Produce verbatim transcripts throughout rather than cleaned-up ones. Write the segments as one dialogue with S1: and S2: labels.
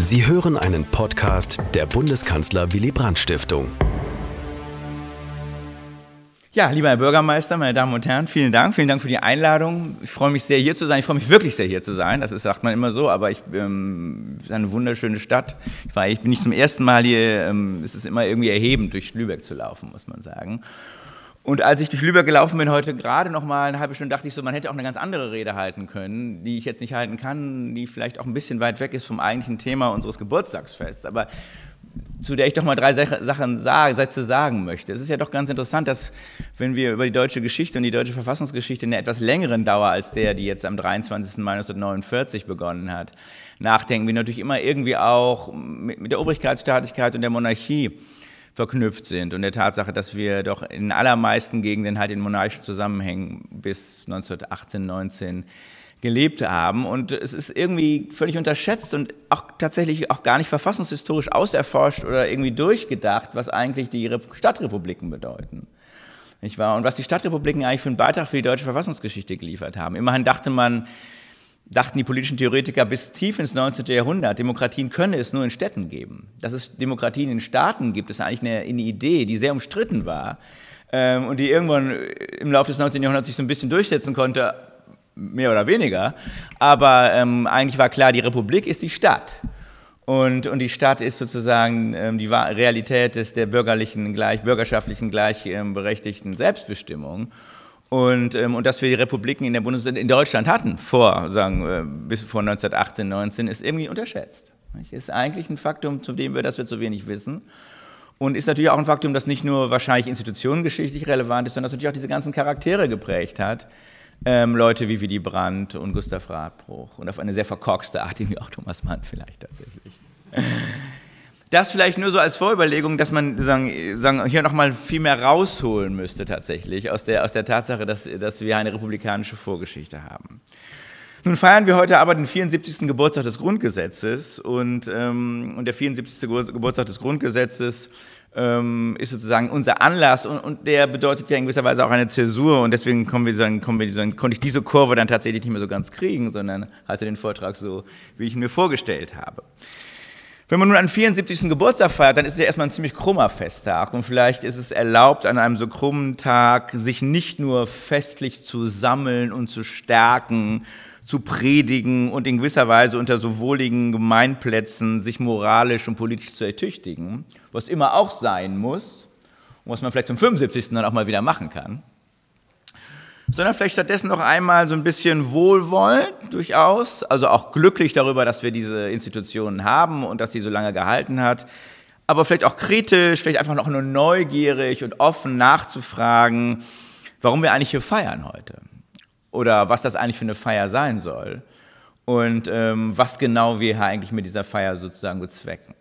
S1: Sie hören einen Podcast der Bundeskanzler Willy Brandt Stiftung.
S2: Ja, lieber Herr Bürgermeister, meine Damen und Herren, vielen Dank. Vielen Dank für die Einladung. Ich freue mich sehr, hier zu sein. Ich freue mich wirklich sehr, hier zu sein. Das ist, sagt man immer so, aber ich, ähm, es ist eine wunderschöne Stadt. Ich, war, ich bin nicht zum ersten Mal hier. Ähm, es ist immer irgendwie erhebend, durch Lübeck zu laufen, muss man sagen. Und als ich durch Lübeck gelaufen bin, heute gerade noch mal eine halbe Stunde, dachte ich so, man hätte auch eine ganz andere Rede halten können, die ich jetzt nicht halten kann, die vielleicht auch ein bisschen weit weg ist vom eigentlichen Thema unseres Geburtstagsfests, aber zu der ich doch mal drei Sachen sagen, Sätze sagen möchte. Es ist ja doch ganz interessant, dass, wenn wir über die deutsche Geschichte und die deutsche Verfassungsgeschichte in einer etwas längeren Dauer als der, die jetzt am dreiundzwanzigsten Mai neunzehnhundertneunundvierzig begonnen hat, nachdenken, wir natürlich immer irgendwie auch mit, mit der Obrigkeitsstaatlichkeit und der Monarchie verknüpft sind und der Tatsache, dass wir doch in allermeisten Gegenden halt in monarchischen Zusammenhängen bis neunzehnhundertachtzehn, neunzehn gelebt haben. Und es ist irgendwie völlig unterschätzt und auch tatsächlich auch gar nicht verfassungshistorisch auserforscht oder irgendwie durchgedacht, was eigentlich die Stadtrepubliken bedeuten. Nicht wahr? Und was die Stadtrepubliken eigentlich für einen Beitrag für die deutsche Verfassungsgeschichte geliefert haben. Immerhin dachte man, dachten die politischen Theoretiker bis tief ins neunzehnten Jahrhundert, Demokratien könne es nur in Städten geben. Dass es Demokratien in Staaten gibt, ist eigentlich eine, eine Idee, die sehr umstritten war ähm, und die irgendwann im Laufe des neunzehnten Jahrhunderts sich so ein bisschen durchsetzen konnte, mehr oder weniger. Aber ähm, eigentlich war klar, die Republik ist die Stadt. Und, und die Stadt ist sozusagen ähm, die Realität des, der bürgerlichen, gleich, bürgerschaftlichen, gleichberechtigten Selbstbestimmung. Und, ähm, und dass wir die Republiken in der Bundes in Deutschland hatten, vor, sagen, äh, bis vor neunzehnhundertachtzehn, neunzehn, ist irgendwie unterschätzt. Nicht? Ist eigentlich ein Faktum, zu dem wir, dass wir zu wenig wissen. Und ist natürlich auch ein Faktum, das nicht nur wahrscheinlich institutionengeschichtlich relevant ist, sondern das natürlich auch diese ganzen Charaktere geprägt hat. Ähm, Leute wie Willy Brandt und Gustav Radbruch. Und auf eine sehr verkorkste Art, wie auch Thomas Mann vielleicht tatsächlich. Das vielleicht nur so als Vorüberlegung, dass man sagen, sagen, hier nochmal viel mehr rausholen müsste tatsächlich aus der, aus der Tatsache, dass, dass wir eine republikanische Vorgeschichte haben. Nun feiern wir heute aber den vierundsiebzigsten Geburtstag des Grundgesetzes und, ähm, und der vierundsiebzigste Geburtstag des Grundgesetzes ähm, ist sozusagen unser Anlass und, und der bedeutet ja in gewisser Weise auch eine Zäsur und deswegen kommen wir sagen, kommen wir sagen, konnte ich diese Kurve dann tatsächlich nicht mehr so ganz kriegen, sondern hatte den Vortrag so, wie ich ihn mir vorgestellt habe. Wenn man nun einen vierundsiebzigsten Geburtstag feiert, dann ist es ja erstmal ein ziemlich krummer Festtag und vielleicht ist es erlaubt, an einem so krummen Tag sich nicht nur festlich zu sammeln und zu stärken, zu predigen und in gewisser Weise unter so wohligen Gemeinplätzen sich moralisch und politisch zu ertüchtigen, was immer auch sein muss und was man vielleicht zum fünfundsiebzigsten dann auch mal wieder machen kann, sondern vielleicht stattdessen noch einmal so ein bisschen wohlwollend durchaus, also auch glücklich darüber, dass wir diese Institutionen haben und dass sie so lange gehalten hat, aber vielleicht auch kritisch, vielleicht einfach noch nur neugierig und offen nachzufragen, warum wir eigentlich hier feiern heute oder was das eigentlich für eine Feier sein soll und ähm, was genau wir hier eigentlich mit dieser Feier sozusagen bezwecken.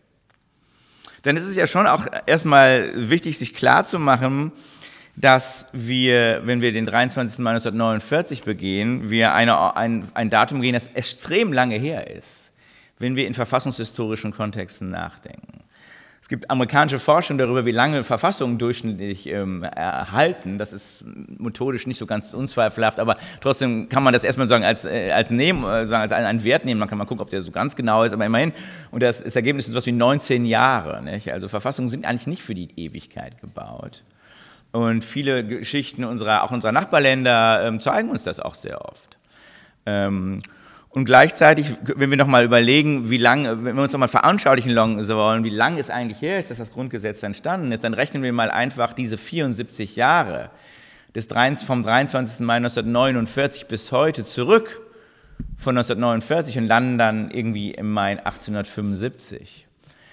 S2: Denn es ist ja schon auch erstmal wichtig, sich klarzumachen, dass wir, wenn wir den dreiundzwanzigsten Mai neunzehnhundertneunundvierzig begehen, wir eine, ein, ein Datum gehen, das extrem lange her ist, wenn wir in verfassungshistorischen Kontexten nachdenken. Es gibt amerikanische Forschung darüber, wie lange Verfassungen durchschnittlich ähm, erhalten. Das ist methodisch nicht so ganz unzweifelhaft, aber trotzdem kann man das erstmal sagen, als, äh, als, nehmen, äh, sagen, als einen, einen Wert nehmen. Man kann mal gucken, ob der so ganz genau ist, aber immerhin. Und das, das Ergebnis ist so etwas wie neunzehn Jahre. Nicht? Also Verfassungen sind eigentlich nicht für die Ewigkeit gebaut. Und viele Geschichten unserer, auch unserer Nachbarländer ähm, zeigen uns das auch sehr oft. Ähm, und gleichzeitig, wenn wir nochmal überlegen, wie lang, wenn wir uns nochmal veranschaulichen wollen, wie lange es eigentlich her ist, dass das Grundgesetz entstanden ist, dann rechnen wir mal einfach diese vierundsiebzig Jahre des, vom dreiundzwanzigsten Mai neunzehnhundertneunundvierzig bis heute zurück von neunzehnhundertneunundvierzig und landen dann irgendwie im Mai achtzehnhundertfünfundsiebzig.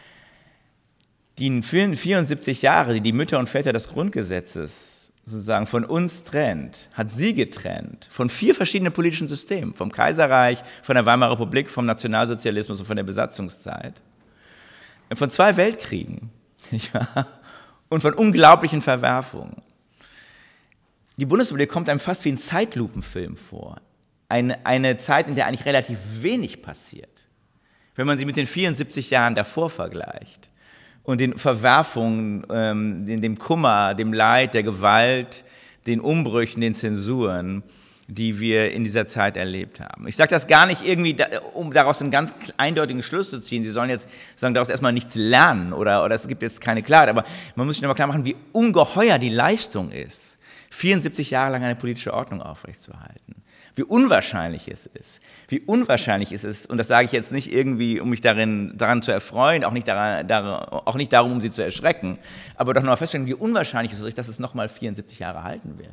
S2: Die vierundsiebzig Jahre, die die Mütter und Väter des Grundgesetzes sozusagen von uns trennt, hat sie getrennt von vier verschiedenen politischen Systemen, vom Kaiserreich, von der Weimarer Republik, vom Nationalsozialismus und von der Besatzungszeit, von zwei Weltkriegen und von unglaublichen Verwerfungen. Die Bundesrepublik kommt einem fast wie ein Zeitlupenfilm vor, eine, eine Zeit, in der eigentlich relativ wenig passiert, wenn man sie mit den vierundsiebzig Jahren davor vergleicht. Und den Verwerfungen, ähm, dem Kummer, dem Leid, der Gewalt, den Umbrüchen, den Zensuren, die wir in dieser Zeit erlebt haben. Ich sage das gar nicht irgendwie, um daraus einen ganz eindeutigen Schluss zu ziehen. Sie sollen jetzt sagen, daraus erstmal nichts lernen oder, oder es gibt jetzt keine Klarheit, aber man muss sich nochmal klar machen, wie ungeheuer die Leistung ist, vierundsiebzig Jahre lang eine politische Ordnung aufrechtzuerhalten. Wie unwahrscheinlich es ist. Wie unwahrscheinlich es ist, und das sage ich jetzt nicht irgendwie, um mich darin, daran zu erfreuen, auch nicht, daran, daran, auch nicht darum, um Sie zu erschrecken, aber doch nochmal feststellen, wie unwahrscheinlich es ist, dass es nochmal vierundsiebzig Jahre halten wird.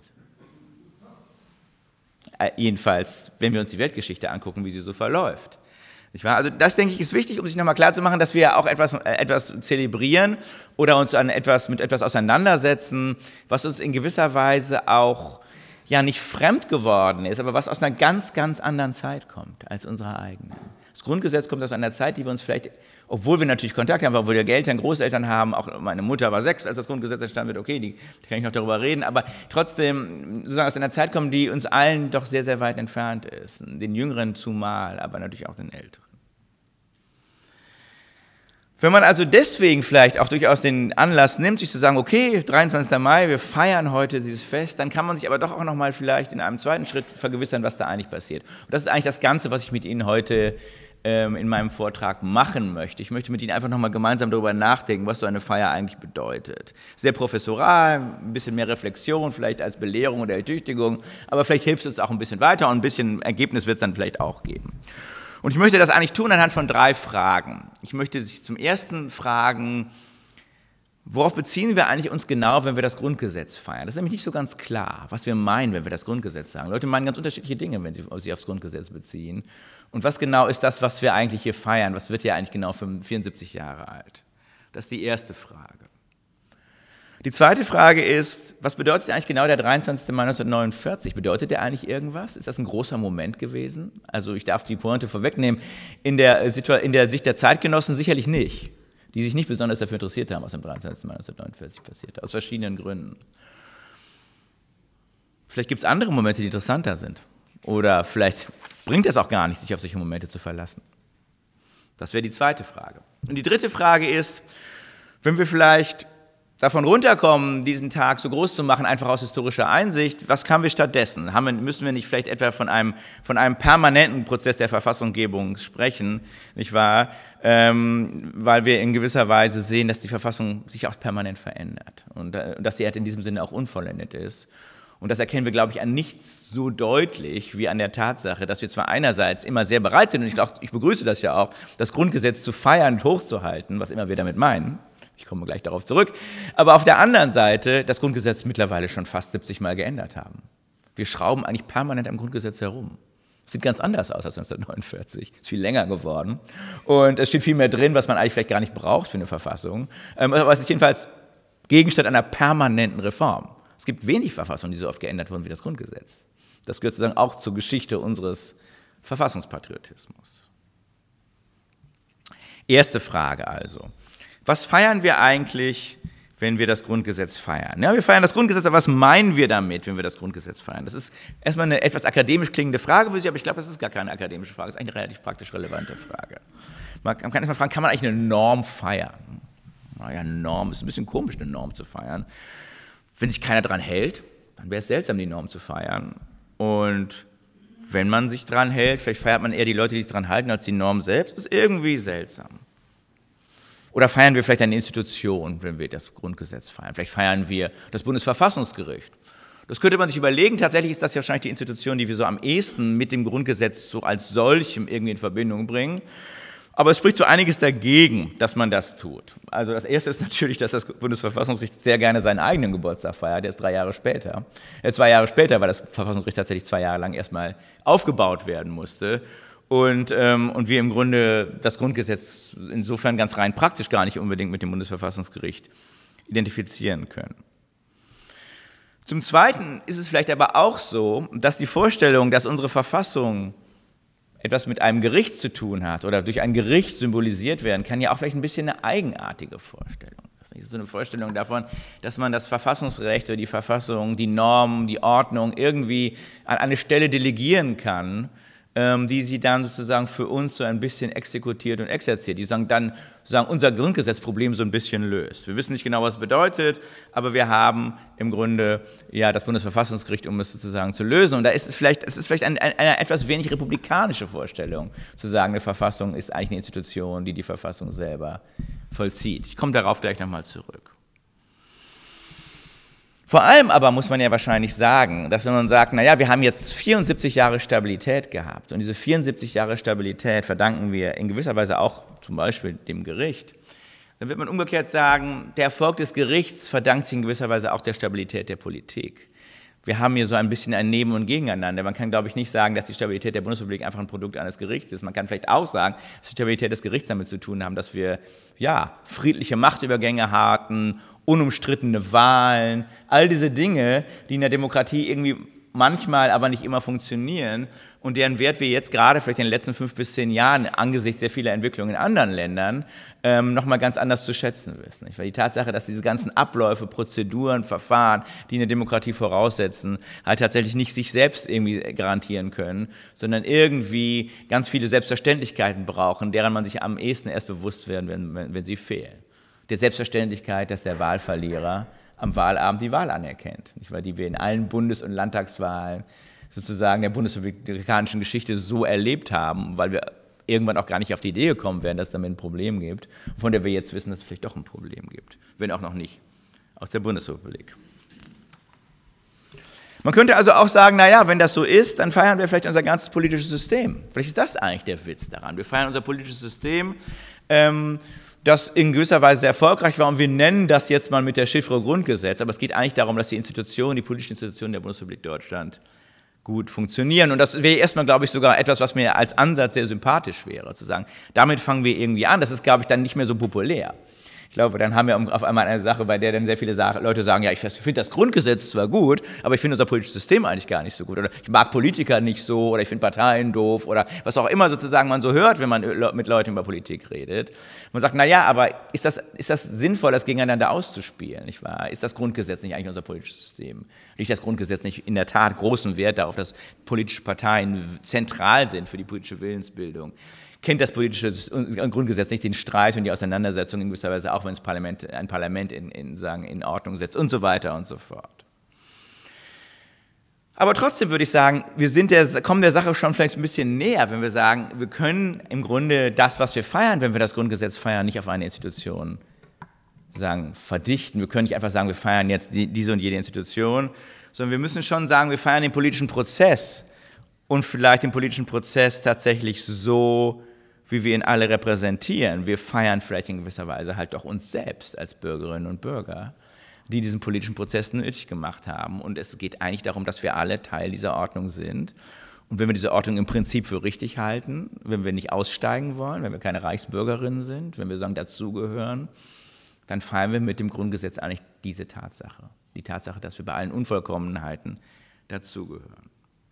S2: Äh, jedenfalls, wenn wir uns die Weltgeschichte angucken, wie sie so verläuft. Nicht wahr? Also das, denke ich, ist wichtig, um sich nochmal klarzumachen, dass wir auch etwas, äh, etwas zelebrieren oder uns an etwas, mit etwas auseinandersetzen, was uns in gewisser Weise auch ja nicht fremd geworden ist, aber was aus einer ganz, ganz anderen Zeit kommt als unserer eigenen. Das Grundgesetz kommt aus einer Zeit, die wir uns vielleicht, obwohl wir natürlich Kontakt haben, obwohl wir Eltern, Großeltern haben, auch meine Mutter war sechs, als das Grundgesetz entstanden wird, okay, die, da kann ich noch darüber reden, aber trotzdem sozusagen aus einer Zeit kommen, die uns allen doch sehr, sehr weit entfernt ist, den Jüngeren zumal, aber natürlich auch den Älteren. Wenn man also deswegen vielleicht auch durchaus den Anlass nimmt, sich zu sagen, okay, dreiundzwanzigster Mai, wir feiern heute dieses Fest, dann kann man sich aber doch auch nochmal vielleicht in einem zweiten Schritt vergewissern, was da eigentlich passiert. Und das ist eigentlich das Ganze, was ich mit Ihnen heute ähm, in meinem Vortrag machen möchte. Ich möchte mit Ihnen einfach nochmal gemeinsam darüber nachdenken, was so eine Feier eigentlich bedeutet. Sehr professoral, ein bisschen mehr Reflexion, vielleicht als Belehrung oder Ertüchtigung, aber vielleicht hilft es uns auch ein bisschen weiter und ein bisschen Ergebnis wird es dann vielleicht auch geben. Und ich möchte das eigentlich tun anhand von drei Fragen. Ich möchte sich zum ersten fragen, worauf beziehen wir eigentlich uns genau, wenn wir das Grundgesetz feiern? Das ist nämlich nicht so ganz klar, was wir meinen, wenn wir das Grundgesetz sagen. Leute meinen ganz unterschiedliche Dinge, wenn sie sich aufs Grundgesetz beziehen. Und was genau ist das, was wir eigentlich hier feiern? Was wird ja eigentlich genau vierundsiebzig Jahre alt? Das ist die erste Frage. Die zweite Frage ist, was bedeutet eigentlich genau der dreiundzwanzigster Mai neunzehnhundertneunundvierzig? Bedeutet der eigentlich irgendwas? Ist das ein großer Moment gewesen? Also ich darf die Pointe vorwegnehmen, in der, in der Sicht der Zeitgenossen sicherlich nicht, die sich nicht besonders dafür interessiert haben, was am dreiundzwanzigster Mai neunzehnhundertneunundvierzig passierte, aus verschiedenen Gründen. Vielleicht gibt es andere Momente, die interessanter sind. Oder vielleicht bringt es auch gar nicht, sich auf solche Momente zu verlassen. Das wäre die zweite Frage. Und die dritte Frage ist, wenn wir vielleicht davon runterkommen, diesen Tag so groß zu machen, einfach aus historischer Einsicht, was haben wir stattdessen? Haben wir, müssen wir nicht vielleicht etwa von einem, von einem permanenten Prozess der Verfassungsgebung sprechen, nicht wahr? Ähm, weil wir in gewisser Weise sehen, dass die Verfassung sich auch permanent verändert und äh, dass sie halt in diesem Sinne auch unvollendet ist. Und das erkennen wir, glaube ich, an nichts so deutlich wie an der Tatsache, dass wir zwar einerseits immer sehr bereit sind, und ich, glaube, ich begrüße das ja auch, das Grundgesetz zu feiern und hochzuhalten, was immer wir damit meinen. Ich komme gleich darauf zurück. Aber auf der anderen Seite das Grundgesetz mittlerweile schon fast siebzig Mal geändert haben. Wir schrauben eigentlich permanent am Grundgesetz herum. Es sieht ganz anders aus als neunzehnhundertneunundvierzig. Es ist viel länger geworden. Und es steht viel mehr drin, was man eigentlich vielleicht gar nicht braucht für eine Verfassung. Aber es ist jedenfalls Gegenstand einer permanenten Reform. Es gibt wenig Verfassungen, die so oft geändert wurden wie das Grundgesetz. Das gehört sozusagen auch zur Geschichte unseres Verfassungspatriotismus. Erste Frage also. Was feiern wir eigentlich, wenn wir das Grundgesetz feiern? Ja, wir feiern das Grundgesetz, aber was meinen wir damit, wenn wir das Grundgesetz feiern? Das ist erstmal eine etwas akademisch klingende Frage für Sie, aber ich glaube, das ist gar keine akademische Frage, das ist eigentlich eine relativ praktisch relevante Frage. Man kann erstmal fragen, kann man eigentlich eine Norm feiern? Naja, eine Norm ist ein bisschen komisch, eine Norm zu feiern. Wenn sich keiner dran hält, dann wäre es seltsam, die Norm zu feiern. Und wenn man sich dran hält, vielleicht feiert man eher die Leute, die sich dran halten, als die Norm selbst, das ist irgendwie seltsam. Oder feiern wir vielleicht eine Institution, wenn wir das Grundgesetz feiern? Vielleicht feiern wir das Bundesverfassungsgericht. Das könnte man sich überlegen. Tatsächlich ist das ja wahrscheinlich die Institution, die wir so am ehesten mit dem Grundgesetz so als solchem irgendwie in Verbindung bringen. Aber es spricht so einiges dagegen, dass man das tut. Also das Erste ist natürlich, dass das Bundesverfassungsgericht sehr gerne seinen eigenen Geburtstag feiert, der ist drei Jahre später. Äh, zwei Jahre später, weil das Verfassungsgericht tatsächlich zwei Jahre lang erstmal aufgebaut werden musste. Und, ähm, und wir im Grunde das Grundgesetz insofern ganz rein praktisch gar nicht unbedingt mit dem Bundesverfassungsgericht identifizieren können. Zum Zweiten ist es vielleicht aber auch so, dass die Vorstellung, dass unsere Verfassung etwas mit einem Gericht zu tun hat oder durch ein Gericht symbolisiert werden kann, ja auch vielleicht ein bisschen eine eigenartige Vorstellung. Das ist so eine Vorstellung davon, dass man das Verfassungsrecht oder die Verfassung, die Normen, die Ordnung irgendwie an eine Stelle delegieren kann, ähm, die sie dann sozusagen für uns so ein bisschen exekutiert und exerziert, die sagen dann sozusagen unser Grundgesetzproblem so ein bisschen löst. Wir wissen nicht genau, was es bedeutet, aber wir haben im Grunde ja das Bundesverfassungsgericht, um es sozusagen zu lösen. Und da ist es vielleicht, es ist vielleicht ein, ein, eine etwas wenig republikanische Vorstellung, zu sagen, eine Verfassung ist eigentlich eine Institution, die die Verfassung selber vollzieht. Ich komme darauf gleich nochmal zurück. Vor allem aber muss man ja wahrscheinlich sagen, dass wenn man sagt, naja, wir haben jetzt vierundsiebzig Jahre Stabilität gehabt und diese vierundsiebzig Jahre Stabilität verdanken wir in gewisser Weise auch zum Beispiel dem Gericht, dann wird man umgekehrt sagen, der Erfolg des Gerichts verdankt sich in gewisser Weise auch der Stabilität der Politik. Wir haben hier so ein bisschen ein Neben- und Gegeneinander. Man kann, glaube ich, nicht sagen, dass die Stabilität der Bundesrepublik einfach ein Produkt eines Gerichts ist. Man kann vielleicht auch sagen, dass die Stabilität des Gerichts damit zu tun haben, dass wir ja, friedliche Machtübergänge hatten, unumstrittene Wahlen, all diese Dinge, die in der Demokratie irgendwie manchmal, aber nicht immer funktionieren und deren Wert wir jetzt gerade vielleicht in den letzten fünf bis zehn Jahren angesichts der vielen Entwicklungen in anderen Ländern ähm, nochmal ganz anders zu schätzen wissen. Nicht? Weil die Tatsache, dass diese ganzen Abläufe, Prozeduren, Verfahren, die eine Demokratie voraussetzen, halt tatsächlich nicht sich selbst irgendwie garantieren können, sondern irgendwie ganz viele Selbstverständlichkeiten brauchen, deren man sich am ehesten erst bewusst werden, wenn, wenn, wenn sie fehlen. Der Selbstverständlichkeit, dass der Wahlverlierer am Wahlabend die Wahl anerkennt, nicht wahr, die wir in allen Bundes- und Landtagswahlen sozusagen der bundesrepublikanischen Geschichte so erlebt haben, weil wir irgendwann auch gar nicht auf die Idee gekommen wären, dass es damit ein Problem gibt, von der wir jetzt wissen, dass es vielleicht doch ein Problem gibt, wenn auch noch nicht aus der Bundesrepublik. Man könnte also auch sagen, naja, wenn das so ist, dann feiern wir vielleicht unser ganzes politisches System. Vielleicht ist das eigentlich der Witz daran. Wir feiern unser politisches System, ähm, das in gewisser Weise sehr erfolgreich war und wir nennen das jetzt mal mit der Chiffre Grundgesetz, aber es geht eigentlich darum, dass die Institutionen, die politischen Institutionen der Bundesrepublik Deutschland gut funktionieren und das wäre erstmal, glaube ich, sogar etwas, was mir als Ansatz sehr sympathisch wäre, zu sagen, damit fangen wir irgendwie an, das ist, glaube ich, dann nicht mehr so populär. Ich glaube, dann haben wir auf einmal eine Sache, bei der dann sehr viele Leute sagen, ja, ich finde das Grundgesetz zwar gut, aber ich finde unser politisches System eigentlich gar nicht so gut. Oder ich mag Politiker nicht so, oder ich finde Parteien doof, oder was auch immer sozusagen man so hört, wenn man mit Leuten über Politik redet. Man sagt, naja, aber ist das, ist das sinnvoll, das gegeneinander auszuspielen, nicht wahr? Ist das Grundgesetz nicht eigentlich unser politisches System? Liegt das Grundgesetz nicht in der Tat großen Wert darauf, dass politische Parteien zentral sind für die politische Willensbildung? Kennt das politische Grundgesetz nicht den Streit und die Auseinandersetzung in gewisser Weise auch, wenn es Parlament, ein Parlament in, in, sagen, in Ordnung setzt und so weiter und so fort. Aber trotzdem würde ich sagen, wir sind der, kommen der Sache schon vielleicht ein bisschen näher, wenn wir sagen, wir können im Grunde das, was wir feiern, wenn wir das Grundgesetz feiern, nicht auf eine Institution sagen, verdichten. Wir können nicht einfach sagen, wir feiern jetzt die, diese und jede Institution, sondern wir müssen schon sagen, wir feiern den politischen Prozess und vielleicht den politischen Prozess tatsächlich so, wie wir ihn alle repräsentieren. Wir feiern vielleicht in gewisser Weise halt auch uns selbst als Bürgerinnen und Bürger, die diesen politischen Prozess nötig gemacht haben. Und es geht eigentlich darum, dass wir alle Teil dieser Ordnung sind. Und wenn wir diese Ordnung im Prinzip für richtig halten, wenn wir nicht aussteigen wollen, wenn wir keine Reichsbürgerinnen sind, wenn wir sagen, dazugehören, dann feiern wir mit dem Grundgesetz eigentlich diese Tatsache. Die Tatsache, dass wir bei allen Unvollkommenheiten dazugehören.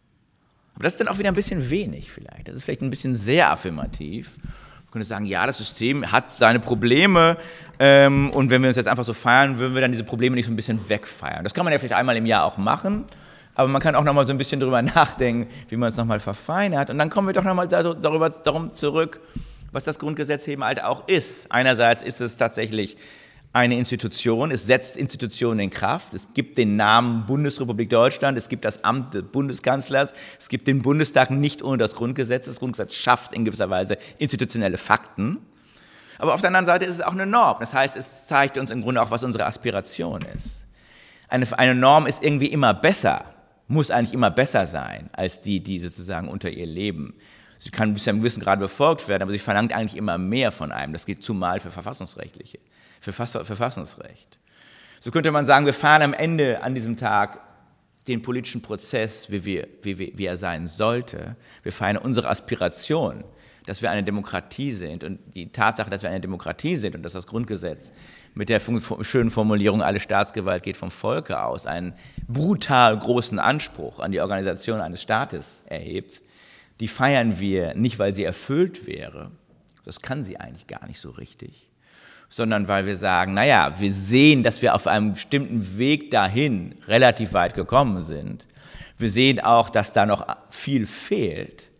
S2: Aber das ist dann auch wieder ein bisschen wenig vielleicht. Das ist vielleicht ein bisschen sehr affirmativ. Man könnte sagen, ja, das System hat seine Probleme ähm, und wenn wir uns jetzt einfach so feiern, würden wir dann diese Probleme nicht so ein bisschen wegfeiern. Das kann man ja vielleicht einmal im Jahr auch machen, aber man kann auch noch mal so ein bisschen darüber nachdenken, wie man es noch mal verfeinert. Und dann kommen wir doch noch mal darüber, darum zurück, was das Grundgesetz eben halt auch ist. Einerseits ist es tatsächlich eine Institution, es setzt Institutionen in Kraft, es gibt den Namen Bundesrepublik Deutschland, es gibt das Amt des Bundeskanzlers, es gibt den Bundestag nicht ohne das Grundgesetz, das Grundgesetz schafft in gewisser Weise institutionelle Fakten, aber auf der anderen Seite ist es auch eine Norm, das heißt, es zeigt uns im Grunde auch, was unsere Aspiration ist. Eine, eine Norm ist irgendwie immer besser, muss eigentlich immer besser sein, als die, die sozusagen unter ihr leben. Sie kann bis zu einem gewissen Grad befolgt werden, aber sie verlangt eigentlich immer mehr von einem, das gilt zumal für verfassungsrechtliche. Für Verfassungsrecht. So könnte man sagen, wir fahren am Ende an diesem Tag den politischen Prozess, wie, wir, wie, wie er sein sollte. Wir feiern unsere Aspiration, dass wir eine Demokratie sind und die Tatsache, dass wir eine Demokratie sind und dass das Grundgesetz mit der schönen Formulierung, alle Staatsgewalt geht vom Volke aus, einen brutal großen Anspruch an die Organisation eines Staates erhebt, die feiern wir nicht, weil sie erfüllt wäre, das kann sie eigentlich gar nicht so richtig, sondern weil wir sagen, naja, wir sehen, dass wir auf einem bestimmten Weg dahin relativ weit gekommen sind. Wir sehen auch, dass da noch viel fehlt,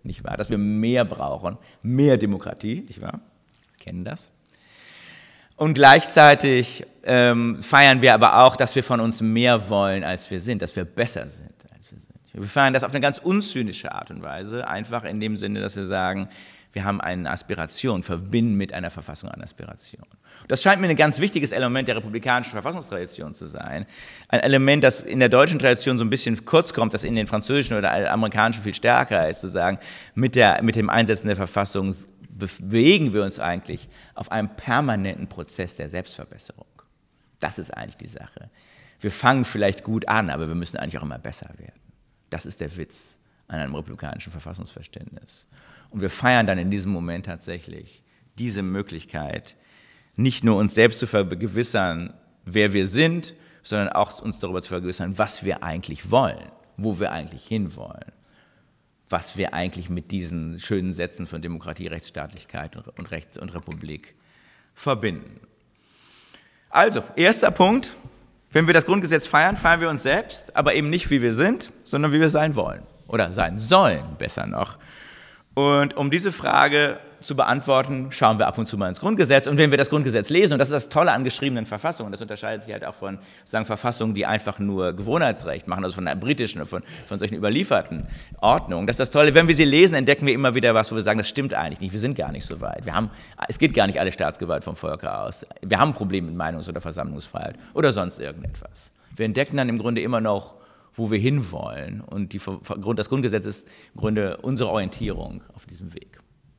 S2: nicht wahr? Dass wir mehr brauchen, mehr Demokratie, nicht wahr? Wir kennen das. Und gleichzeitig ähm, feiern wir aber auch, dass wir von uns mehr wollen, als wir sind, dass wir besser sind, als wir sind. Wir feiern das auf eine ganz unzynische Art und Weise, einfach in dem Sinne, dass wir sagen, wir haben eine Aspiration, verbinden mit einer Verfassung eine Aspiration. Das scheint mir ein ganz wichtiges Element der republikanischen Verfassungstradition zu sein. Ein Element, das in der deutschen Tradition so ein bisschen kurz kommt, das in den französischen oder amerikanischen viel stärker ist, zu sagen, mit, der, mit dem Einsetzen der Verfassung bewegen wir uns eigentlich auf einem permanenten Prozess der Selbstverbesserung. Das ist eigentlich die Sache. Wir fangen vielleicht gut an, aber wir müssen eigentlich auch immer besser werden. Das ist der Witz an einem republikanischen Verfassungsverständnis. Und wir feiern dann in diesem Moment tatsächlich diese Möglichkeit, nicht nur uns selbst zu vergewissern, wer wir sind, sondern auch uns darüber zu vergewissern, was wir eigentlich wollen, wo wir eigentlich hinwollen, was wir eigentlich mit diesen schönen Sätzen von Demokratie, Rechtsstaatlichkeit und Rechts- und Republik verbinden. Also, erster Punkt, wenn wir das Grundgesetz feiern, feiern wir uns selbst, aber eben nicht, wie wir sind, sondern wie wir sein wollen oder sein sollen, besser noch. Und um diese Frage zu beantworten, schauen wir ab und zu mal ins Grundgesetz. Und wenn wir das Grundgesetz lesen, und das ist das Tolle an geschriebenen Verfassungen, das unterscheidet sich halt auch von sagen, Verfassungen, die einfach nur Gewohnheitsrecht machen, also von der britischen oder von, von solchen überlieferten Ordnungen. Das ist das Tolle, wenn wir sie lesen, entdecken wir immer wieder was, wo wir sagen, das stimmt eigentlich nicht, wir sind gar nicht so weit. Wir haben, es geht gar nicht alle Staatsgewalt vom Volke aus. Wir haben ein Problem mit Meinungs- oder Versammlungsfreiheit oder sonst irgendetwas. Wir entdecken dann im Grunde immer noch, wo wir hinwollen. Und die, das Grundgesetz ist im Grunde unsere Orientierung auf diesem Weg.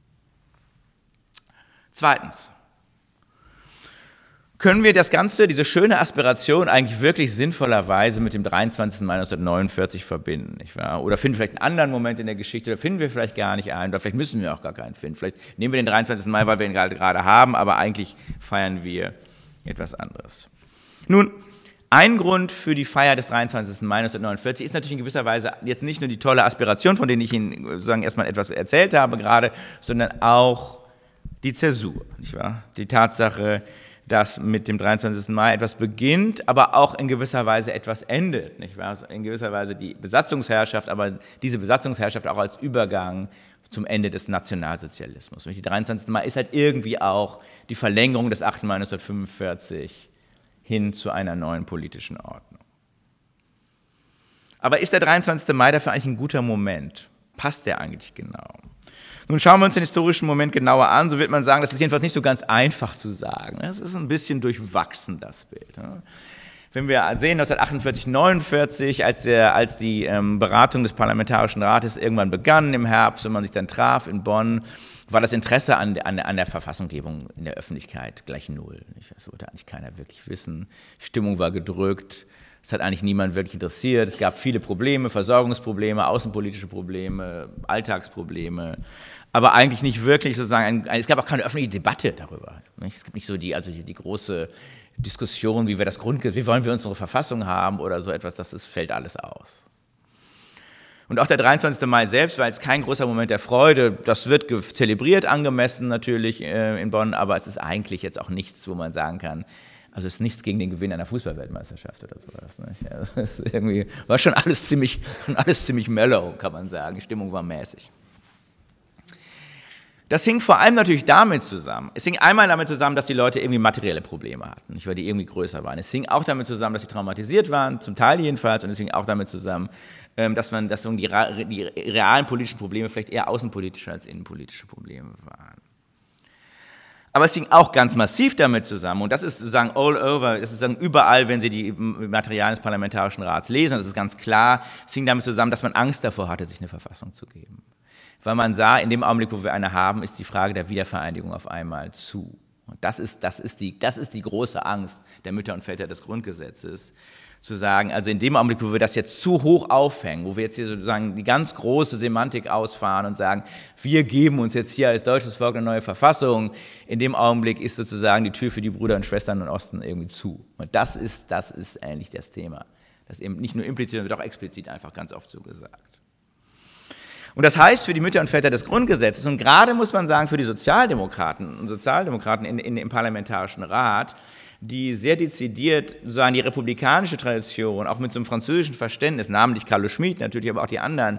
S2: Zweitens, können wir das Ganze, diese schöne Aspiration eigentlich wirklich sinnvollerweise mit dem dreiundzwanzigsten Mai neunzehnhundertneunundvierzig verbinden, nicht wahr? Oder finden wir vielleicht einen anderen Moment in der Geschichte, oder finden wir vielleicht gar nicht einen, oder vielleicht müssen wir auch gar keinen finden. Vielleicht nehmen wir den dreiundzwanzigsten Mai, weil wir ihn gerade, gerade haben, aber eigentlich feiern wir etwas anderes. Nun, ein Grund für die Feier des dreiundzwanzigsten Mai neunzehnhundertneunundvierzig ist natürlich in gewisser Weise jetzt nicht nur die tolle Aspiration, von der ich Ihnen sozusagen erstmal etwas erzählt habe gerade, sondern auch die Zäsur, nicht wahr? Die Tatsache, dass mit dem dreiundzwanzigsten Mai etwas beginnt, aber auch in gewisser Weise etwas endet, nicht wahr? In gewisser Weise die Besatzungsherrschaft, aber diese Besatzungsherrschaft auch als Übergang zum Ende des Nationalsozialismus. Der dreiundzwanzigste Mai ist halt irgendwie auch die Verlängerung des achten Mai neunzehnhundertfünfundvierzig hin zu einer neuen politischen Ordnung. Aber ist der dreiundzwanzigste Mai dafür eigentlich ein guter Moment? Passt der eigentlich genau? Nun schauen wir uns den historischen Moment genauer an, so wird man sagen, das ist jedenfalls nicht so ganz einfach zu sagen. Es ist ein bisschen durchwachsen, das Bild. Wenn wir sehen, neunzehnhundertachtundvierzig, neunundvierzig, als, der, als die ähm, Beratung des Parlamentarischen Rates irgendwann begann im Herbst und man sich dann traf in Bonn, war das Interesse an, an, an der Verfassungsgebung in der Öffentlichkeit gleich null. Das wollte eigentlich keiner wirklich wissen. Die Stimmung war gedrückt. Es hat eigentlich niemand wirklich interessiert. Es gab viele Probleme, Versorgungsprobleme, außenpolitische Probleme, Alltagsprobleme, aber eigentlich nicht wirklich sozusagen, ein, es gab auch keine öffentliche Debatte darüber. Es gibt nicht so die, also die, die große Diskussion, wie wir das Grundgesetz, wie wollen wir unsere Verfassung haben oder so etwas, das ist, fällt alles aus. Und auch der dreiundzwanzigste Mai selbst war jetzt kein großer Moment der Freude. Das wird zelebriert, angemessen natürlich äh, in Bonn, aber es ist eigentlich jetzt auch nichts, wo man sagen kann, also es ist nichts gegen den Gewinn einer Fußball-Weltmeisterschaft oder sowas. Nicht? Also es ist irgendwie, war schon alles ziemlich, schon alles ziemlich mellow, kann man sagen. Die Stimmung war mäßig. Das hing vor allem natürlich damit zusammen. Es hing einmal damit zusammen, dass die Leute irgendwie materielle Probleme hatten, nicht, weil die irgendwie größer waren. Es hing auch damit zusammen, dass sie traumatisiert waren, zum Teil jedenfalls, und es hing auch damit zusammen, dass man, dass die, die realen politischen Probleme vielleicht eher außenpolitische als innenpolitische Probleme waren. Aber es hing auch ganz massiv damit zusammen, und das ist sozusagen all over, das ist sozusagen überall, wenn Sie die Materialien des Parlamentarischen Rats lesen, das ist ganz klar, es hing damit zusammen, dass man Angst davor hatte, sich eine Verfassung zu geben. Weil man sah, in dem Augenblick, wo wir eine haben, ist die Frage der Wiedervereinigung auf einmal zu. Und das ist, das ist, die, das ist die große Angst der Mütter und Väter des Grundgesetzes, zu sagen, also in dem Augenblick, wo wir das jetzt zu hoch aufhängen, wo wir jetzt hier sozusagen die ganz große Semantik ausfahren und sagen, wir geben uns jetzt hier als deutsches Volk eine neue Verfassung, in dem Augenblick ist sozusagen die Tür für die Brüder und Schwestern im Osten irgendwie zu. Und das ist, das ist eigentlich das Thema. Das eben nicht nur implizit, sondern wird auch explizit einfach ganz oft so gesagt. Und das heißt für die Mütter und Väter des Grundgesetzes und gerade muss man sagen für die Sozialdemokraten und Sozialdemokraten in, in, im Parlamentarischen Rat, die sehr dezidiert sozusagen die republikanische Tradition, auch mit so einem französischen Verständnis, namentlich Carlo Schmid, natürlich aber auch die anderen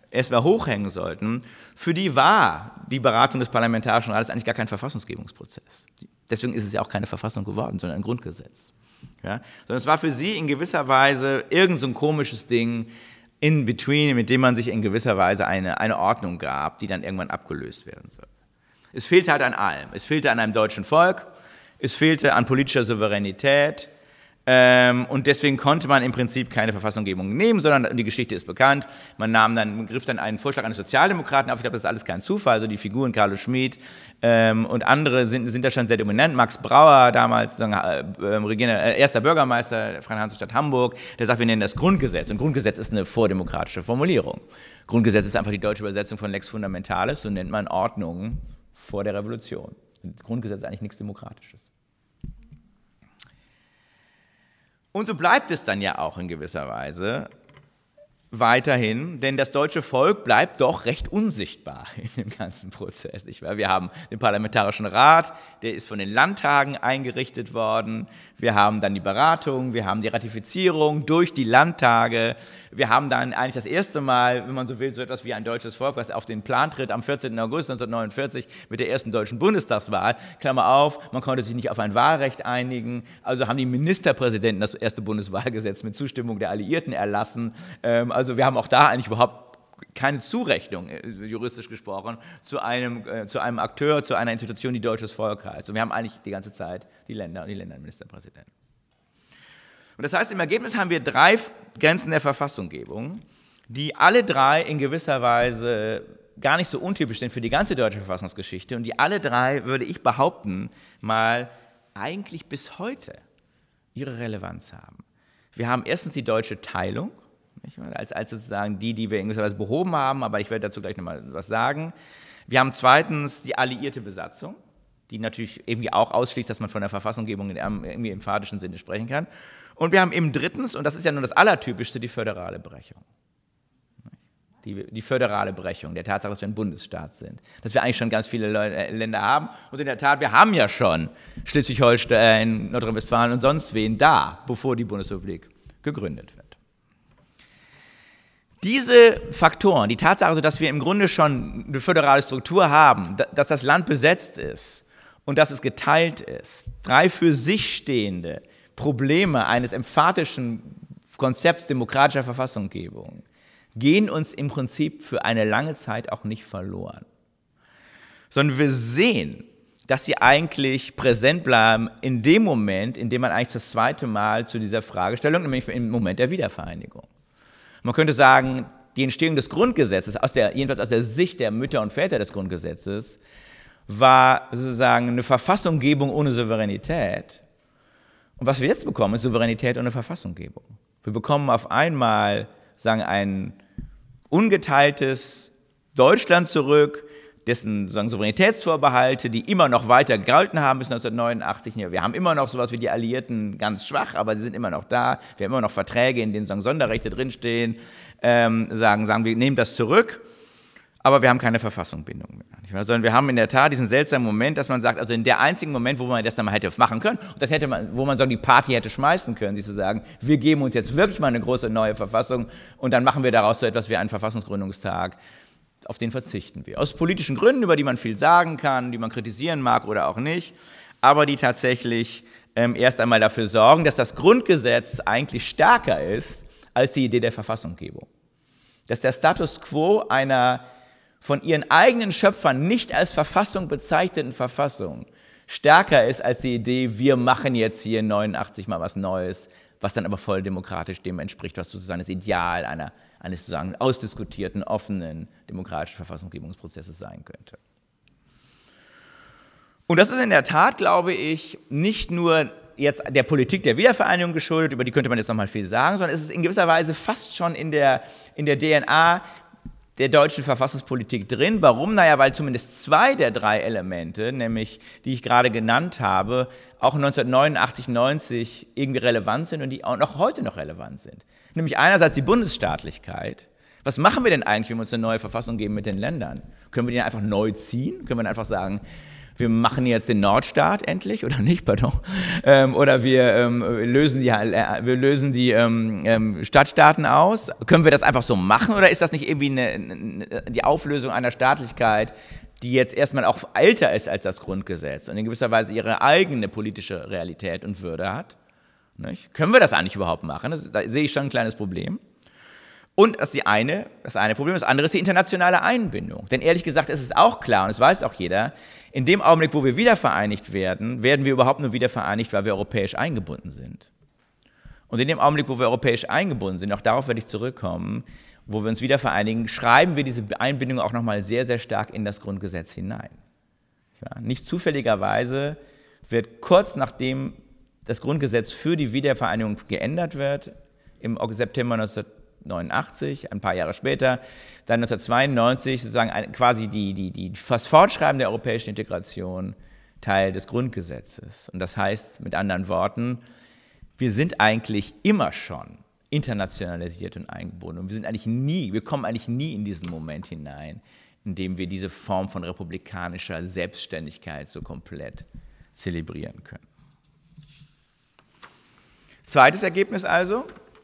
S2: erstmal hochhängen sollten, für die war die Beratung des Parlamentarischen Rates eigentlich gar kein Verfassungsgebungsprozess. Deswegen ist es ja auch keine Verfassung geworden, sondern ein Grundgesetz. Ja? Sondern es war für sie in gewisser Weise irgend so ein komisches Ding in between, mit dem man sich in gewisser Weise eine, eine Ordnung gab, die dann irgendwann abgelöst werden soll. Es fehlte halt an allem. Es fehlte an einem deutschen Volk, es fehlte an politischer Souveränität, ähm, und deswegen konnte man im Prinzip keine Verfassunggebung nehmen, sondern die Geschichte ist bekannt. Man nahm dann, griff dann einen Vorschlag eines Sozialdemokraten auf. Ich glaube, das ist alles kein Zufall. Also die Figuren Carlo Schmid ähm, und andere sind, sind da schon sehr dominant. Max Brauer, damals äh, Regierender, äh, erster Bürgermeister der Freien Hansestadt Hamburg, der sagt, wir nennen das Grundgesetz. Und Grundgesetz ist eine vordemokratische Formulierung. Grundgesetz ist einfach die deutsche Übersetzung von Lex Fundamentalis, so nennt man Ordnung vor der Revolution. Grundgesetz ist eigentlich nichts Demokratisches. Und so bleibt es dann ja auch in gewisser Weise weiterhin, denn das deutsche Volk bleibt doch recht unsichtbar in dem ganzen Prozess. Nicht wahr? Wir haben den Parlamentarischen Rat, der ist von den Landtagen eingerichtet worden. Wir haben dann die Beratung, wir haben die Ratifizierung durch die Landtage. Wir haben dann eigentlich das erste Mal, wenn man so will, so etwas wie ein deutsches Volk, was auf den Plan tritt am vierzehnten August neunzehnhundertneunundvierzig mit der ersten deutschen Bundestagswahl. Klammer auf, man konnte sich nicht auf ein Wahlrecht einigen, also haben die Ministerpräsidenten das erste Bundeswahlgesetz mit Zustimmung der Alliierten erlassen. Also wir haben auch da eigentlich überhaupt keine Zurechnung, juristisch gesprochen, zu einem, äh, zu einem Akteur, zu einer Institution, die deutsches Volk heißt. Und wir haben eigentlich die ganze Zeit die Länder und die Länderministerpräsidenten. Und das heißt, im Ergebnis haben wir drei Grenzen der Verfassunggebung, die alle drei in gewisser Weise gar nicht so untypisch sind für die ganze deutsche Verfassungsgeschichte und die alle drei, würde ich behaupten, mal eigentlich bis heute ihre Relevanz haben. Wir haben erstens die deutsche Teilung, Als, als sozusagen die, die wir in gewisser Weise behoben haben, aber ich werde dazu gleich nochmal was sagen. Wir haben zweitens die alliierte Besatzung, die natürlich irgendwie auch ausschließt, dass man von der Verfassunggebung in irgendwie im faktischen Sinne sprechen kann. Und wir haben eben drittens, und das ist ja nun das Allertypischste, die föderale Brechung. Die, die föderale Brechung, der Tatsache, dass wir ein Bundesstaat sind. Dass wir eigentlich schon ganz viele Leute, Länder haben. Und in der Tat, wir haben ja schon Schleswig-Holstein, Nordrhein-Westfalen und sonst wen da, bevor die Bundesrepublik gegründet wird. Diese Faktoren, die Tatsache, also, dass wir im Grunde schon eine föderale Struktur haben, dass das Land besetzt ist und dass es geteilt ist, drei für sich stehende Probleme eines emphatischen Konzepts demokratischer Verfassunggebung, gehen uns im Prinzip für eine lange Zeit auch nicht verloren. Sondern wir sehen, dass sie eigentlich präsent bleiben in dem Moment, in dem man eigentlich das zweite Mal zu dieser Fragestellung, nämlich im Moment der Wiedervereinigung. Man könnte sagen, die Entstehung des Grundgesetzes, aus der, jedenfalls aus der Sicht der Mütter und Väter des Grundgesetzes, war sozusagen eine Verfassunggebung ohne Souveränität. Und was wir jetzt bekommen, ist Souveränität ohne Verfassunggebung. Wir bekommen auf einmal sagen, ein ungeteiltes Deutschland zurück, dessen sagen, Souveränitätsvorbehalte, die immer noch weiter gegolten haben bis neunzehnhundertneunundachtzig. Wir haben immer noch sowas wie die Alliierten ganz schwach, aber sie sind immer noch da. Wir haben immer noch Verträge, in denen sagen, Sonderrechte drinstehen, ähm, sagen, sagen, wir nehmen das zurück, aber wir haben keine Verfassungsbindung mehr. Sondern wir haben in der Tat diesen seltsamen Moment, dass man sagt, also in der einzigen Moment, wo man das dann mal hätte machen können, und das hätte man, wo man sagen, die Party hätte schmeißen können, sich zu sagen, wir geben uns jetzt wirklich mal eine große neue Verfassung und dann machen wir daraus so etwas wie einen Verfassungsgründungstag. Auf den verzichten wir. Aus politischen Gründen, über die man viel sagen kann, die man kritisieren mag oder auch nicht, aber die tatsächlich ähm, erst einmal dafür sorgen, dass das Grundgesetz eigentlich stärker ist als die Idee der Verfassunggebung. Dass der Status quo einer von ihren eigenen Schöpfern nicht als Verfassung bezeichneten Verfassung stärker ist als die Idee, wir machen jetzt hier neunundachtzig mal was Neues, was dann aber voll demokratisch dem entspricht, was sozusagen das Ideal einer eines sozusagen ausdiskutierten, offenen, demokratischen Verfassungsgebungsprozesses sein könnte. Und das ist in der Tat, glaube ich, nicht nur jetzt der Politik der Wiedervereinigung geschuldet, über die könnte man jetzt nochmal viel sagen, sondern es ist in gewisser Weise fast schon in der, in der D N A der deutschen Verfassungspolitik drin. Warum? Naja, weil zumindest zwei der drei Elemente, nämlich die ich gerade genannt habe, auch neunzehnhundertneunundachtzig, neunzig irgendwie relevant sind und die auch noch heute noch relevant sind. Nämlich einerseits die Bundesstaatlichkeit. Was machen wir denn eigentlich, wenn wir uns eine neue Verfassung geben mit den Ländern? Können wir die einfach neu ziehen? Können wir dann einfach sagen, wir machen jetzt den Nordstaat endlich, oder nicht, pardon, ähm, oder wir ähm, lösen die, äh, wir lösen die ähm, ähm, Stadtstaaten aus. Können wir das einfach so machen, oder ist das nicht irgendwie eine, eine, die Auflösung einer Staatlichkeit, die jetzt erstmal auch älter ist als das Grundgesetz und in gewisser Weise ihre eigene politische Realität und Würde hat? Nicht? Können wir das eigentlich überhaupt machen? Das, da sehe ich schon ein kleines Problem. Und das ist die eine, das eine Problem. Das andere ist die internationale Einbindung. Denn ehrlich gesagt ist es auch klar, und das weiß auch jeder, in dem Augenblick, wo wir wiedervereinigt werden, werden wir überhaupt nur wiedervereinigt, weil wir europäisch eingebunden sind. Und in dem Augenblick, wo wir europäisch eingebunden sind, auch darauf werde ich zurückkommen, wo wir uns wieder vereinigen, schreiben wir diese Einbindung auch nochmal sehr, sehr stark in das Grundgesetz hinein. Ja, nicht zufälligerweise wird kurz nachdem das Grundgesetz für die Wiedervereinigung geändert wird, im September neunzehnhundertneunundachtzig, ein paar Jahre später, dann neunzehnhundertzweiundneunzig sozusagen ein, quasi die, die, die, das Fortschreiben der europäischen Integration Teil des Grundgesetzes. Und das heißt mit anderen Worten, wir sind eigentlich immer schon internationalisiert und eingebunden. Und wir sind eigentlich nie, wir kommen eigentlich nie in diesen Moment hinein, in dem wir diese Form von republikanischer Selbstständigkeit so komplett zelebrieren können. Zweites Ergebnis also,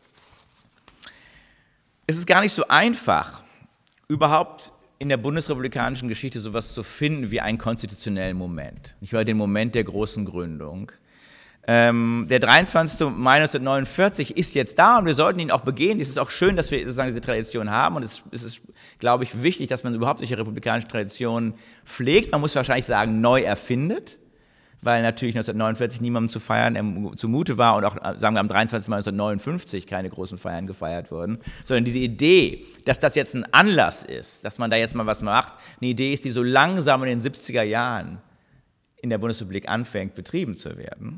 S2: es ist gar nicht so einfach, überhaupt in der bundesrepublikanischen Geschichte sowas zu finden wie einen konstitutionellen Moment. Ich höre den Moment der großen Gründung. Ähm, der dreiundzwanzigster Mai neunzehnhundertneunundvierzig ist jetzt da und wir sollten ihn auch begehen. Es ist auch schön, dass wir sozusagen diese Tradition haben und es, es ist, glaube ich, wichtig, dass man überhaupt solche republikanischen Traditionen pflegt. Man muss wahrscheinlich sagen, neu erfindet, weil natürlich neunzehnhundertneunundvierzig niemandem zu feiern zumute war und auch, sagen wir, am dreiundzwanzigsten Mai neunzehnhundertneunundfünfzig keine großen Feiern gefeiert wurden, sondern diese Idee, dass das jetzt ein Anlass ist, dass man da jetzt mal was macht, eine Idee ist, die so langsam in den siebziger Jahren in der Bundesrepublik anfängt, betrieben zu werden.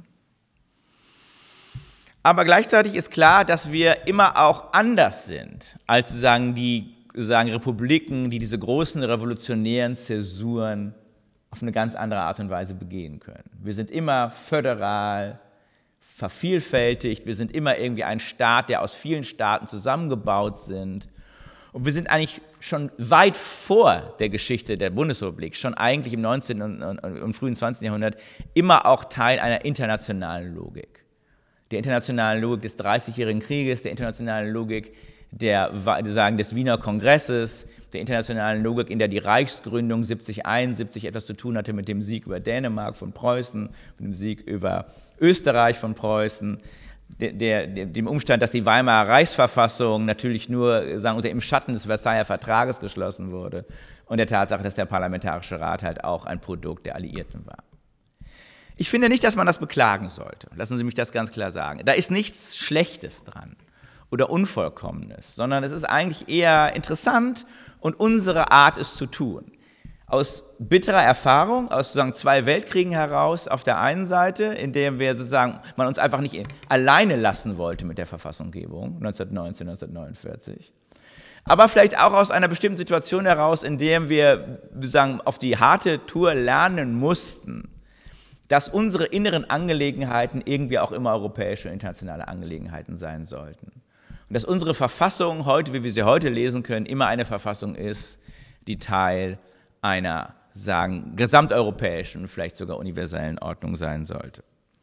S2: Aber gleichzeitig ist klar, dass wir immer auch anders sind als sozusagen die sozusagen Republiken, die diese großen revolutionären Zäsuren auf eine ganz andere Art und Weise begehen können. Wir sind immer föderal, vervielfältigt, wir sind immer irgendwie ein Staat, der aus vielen Staaten zusammengebaut sind. Und wir sind eigentlich schon weit vor der Geschichte der Bundesrepublik, schon eigentlich im neunzehnten und, und, und frühen zwanzigsten Jahrhundert, immer auch Teil einer internationalen Logik. Der internationalen Logik des Dreißigjährigen Krieges, der internationalen Logik der, sagen, des Wiener Kongresses, der internationalen Logik, in der die Reichsgründung siebzig einundsiebzig etwas zu tun hatte mit dem Sieg über Dänemark von Preußen, mit dem Sieg über Österreich von Preußen, der, der, dem Umstand, dass die Weimarer Reichsverfassung natürlich nur sagen, unter dem Schatten des Versailler Vertrages geschlossen wurde und der Tatsache, dass der Parlamentarische Rat halt auch ein Produkt der Alliierten war. Ich finde nicht, dass man das beklagen sollte. Lassen Sie mich das ganz klar sagen. Da ist nichts Schlechtes dran oder Unvollkommenes, sondern es ist eigentlich eher interessant und unsere Art, es zu tun. Aus bitterer Erfahrung, aus sozusagen zwei Weltkriegen heraus auf der einen Seite, in der wir sozusagen, man uns einfach nicht alleine lassen wollte mit der Verfassunggebung, neunzehnhundertneunzehn, neunzehnhundertneunundvierzig, aber vielleicht auch aus einer bestimmten Situation heraus, in der wir sozusagen auf die harte Tour lernen mussten, dass unsere inneren Angelegenheiten irgendwie auch immer europäische und internationale Angelegenheiten sein sollten. Und dass unsere Verfassung heute, wie wir sie heute lesen können, immer eine Verfassung ist, die Teil einer, sagen, gesamteuropäischen und vielleicht sogar universellen Ordnung sein sollte.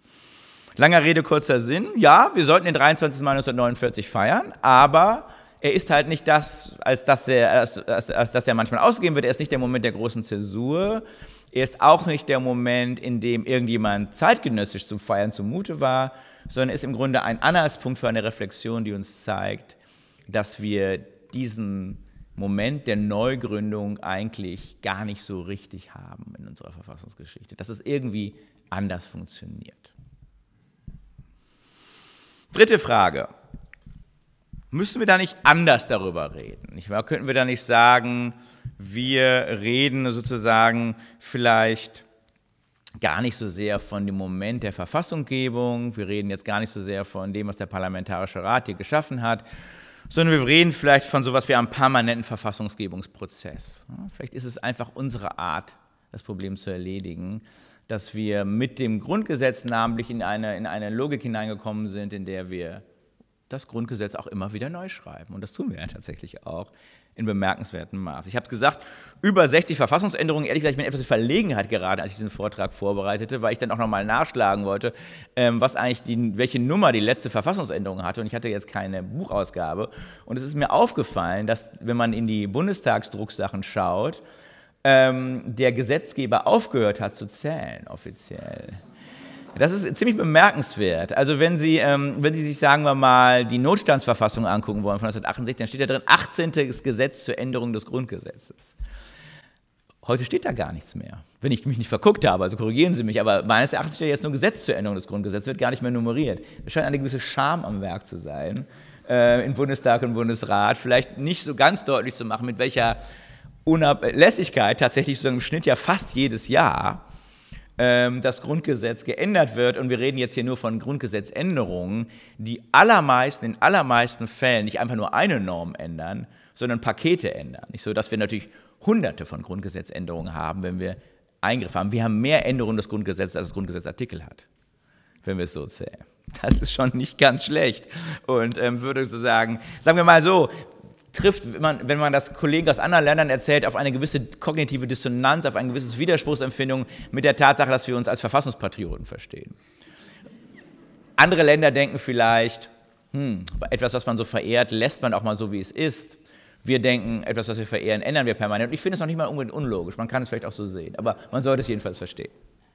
S2: Langer Rede, kurzer Sinn. Ja, wir sollten den dreiundzwanzigsten Mai neunzehnhundertneunundvierzig feiern, aber er ist halt nicht das, als dass er, als, als, als dass er manchmal ausgegeben wird. Er ist nicht der Moment der großen Zäsur. Er ist auch nicht der Moment, in dem irgendjemand zeitgenössisch zum Feiern zumute war, sondern ist im Grunde ein Anhaltspunkt für eine Reflexion, die uns zeigt, dass wir diesen Moment der Neugründung eigentlich gar nicht so richtig haben in unserer Verfassungsgeschichte, dass es irgendwie anders funktioniert. Dritte Frage. Müssen wir da nicht anders darüber reden? Nicht wahr? Könnten wir da nicht sagen, wir reden sozusagen vielleicht gar nicht so sehr von dem Moment der Verfassunggebung, wir reden jetzt gar nicht so sehr von dem, was der Parlamentarische Rat hier geschaffen hat, sondern wir reden vielleicht von sowas wie einem permanenten Verfassungsgebungsprozess. Vielleicht ist es einfach unsere Art, das Problem zu erledigen, dass wir mit dem Grundgesetz namentlich in eine, in eine Logik hineingekommen sind, in der wir das Grundgesetz auch immer wieder neu schreiben. Und das tun wir ja tatsächlich auch in bemerkenswertem Maß. Ich habe gesagt, über sechzig Verfassungsänderungen. Ehrlich gesagt, ich bin etwas in Verlegenheit gerade, als ich diesen Vortrag vorbereitete, weil ich dann auch nochmal nachschlagen wollte, ähm, was eigentlich die, welche Nummer die letzte Verfassungsänderung hatte. Und ich hatte jetzt keine Buchausgabe. Und es ist mir aufgefallen, dass, wenn man in die Bundestagsdrucksachen schaut, ähm, der Gesetzgeber aufgehört hat zu zählen, offiziell. Das ist ziemlich bemerkenswert. Also wenn Sie, ähm, wenn Sie sich, sagen wir mal, die Notstandsverfassung angucken wollen von neunzehnhundertachtundsechzig, dann steht da drin achtzehntes Gesetz zur Änderung des Grundgesetzes. Heute steht da gar nichts mehr, wenn ich mich nicht verguckt habe, also korrigieren Sie mich, aber meines Erachtens steht jetzt nur Gesetz zur Änderung des Grundgesetzes, wird gar nicht mehr nummeriert. Es scheint eine gewisse Scham am Werk zu sein, äh, im Bundestag und Bundesrat, vielleicht nicht so ganz deutlich zu machen, mit welcher Unablässigkeit tatsächlich sozusagen im Schnitt ja fast jedes Jahr das Grundgesetz geändert wird, und wir reden jetzt hier nur von Grundgesetzänderungen, die allermeisten, in allermeisten Fällen nicht einfach nur eine Norm ändern, sondern Pakete ändern. Nicht so, dass wir natürlich hunderte von Grundgesetzänderungen haben, wenn wir Eingriffe haben. Wir haben mehr Änderungen des Grundgesetzes, als das Grundgesetz Artikel hat, wenn wir es so zählen. Das ist schon nicht ganz schlecht. Und ähm, würde so sagen, sagen wir mal so, trifft, wenn man, wenn man das Kollegen aus anderen Ländern erzählt, auf eine gewisse kognitive Dissonanz, auf ein gewisses Widerspruchsempfindung mit der Tatsache, dass wir uns als Verfassungspatrioten verstehen. Andere Länder denken vielleicht, hm, etwas, was man so verehrt, lässt man auch mal so, wie es ist. Wir denken, etwas, was wir verehren, ändern wir permanent. Und ich finde es noch nicht mal unbedingt unlogisch, man kann es vielleicht auch so sehen, aber man sollte es jedenfalls verstehen.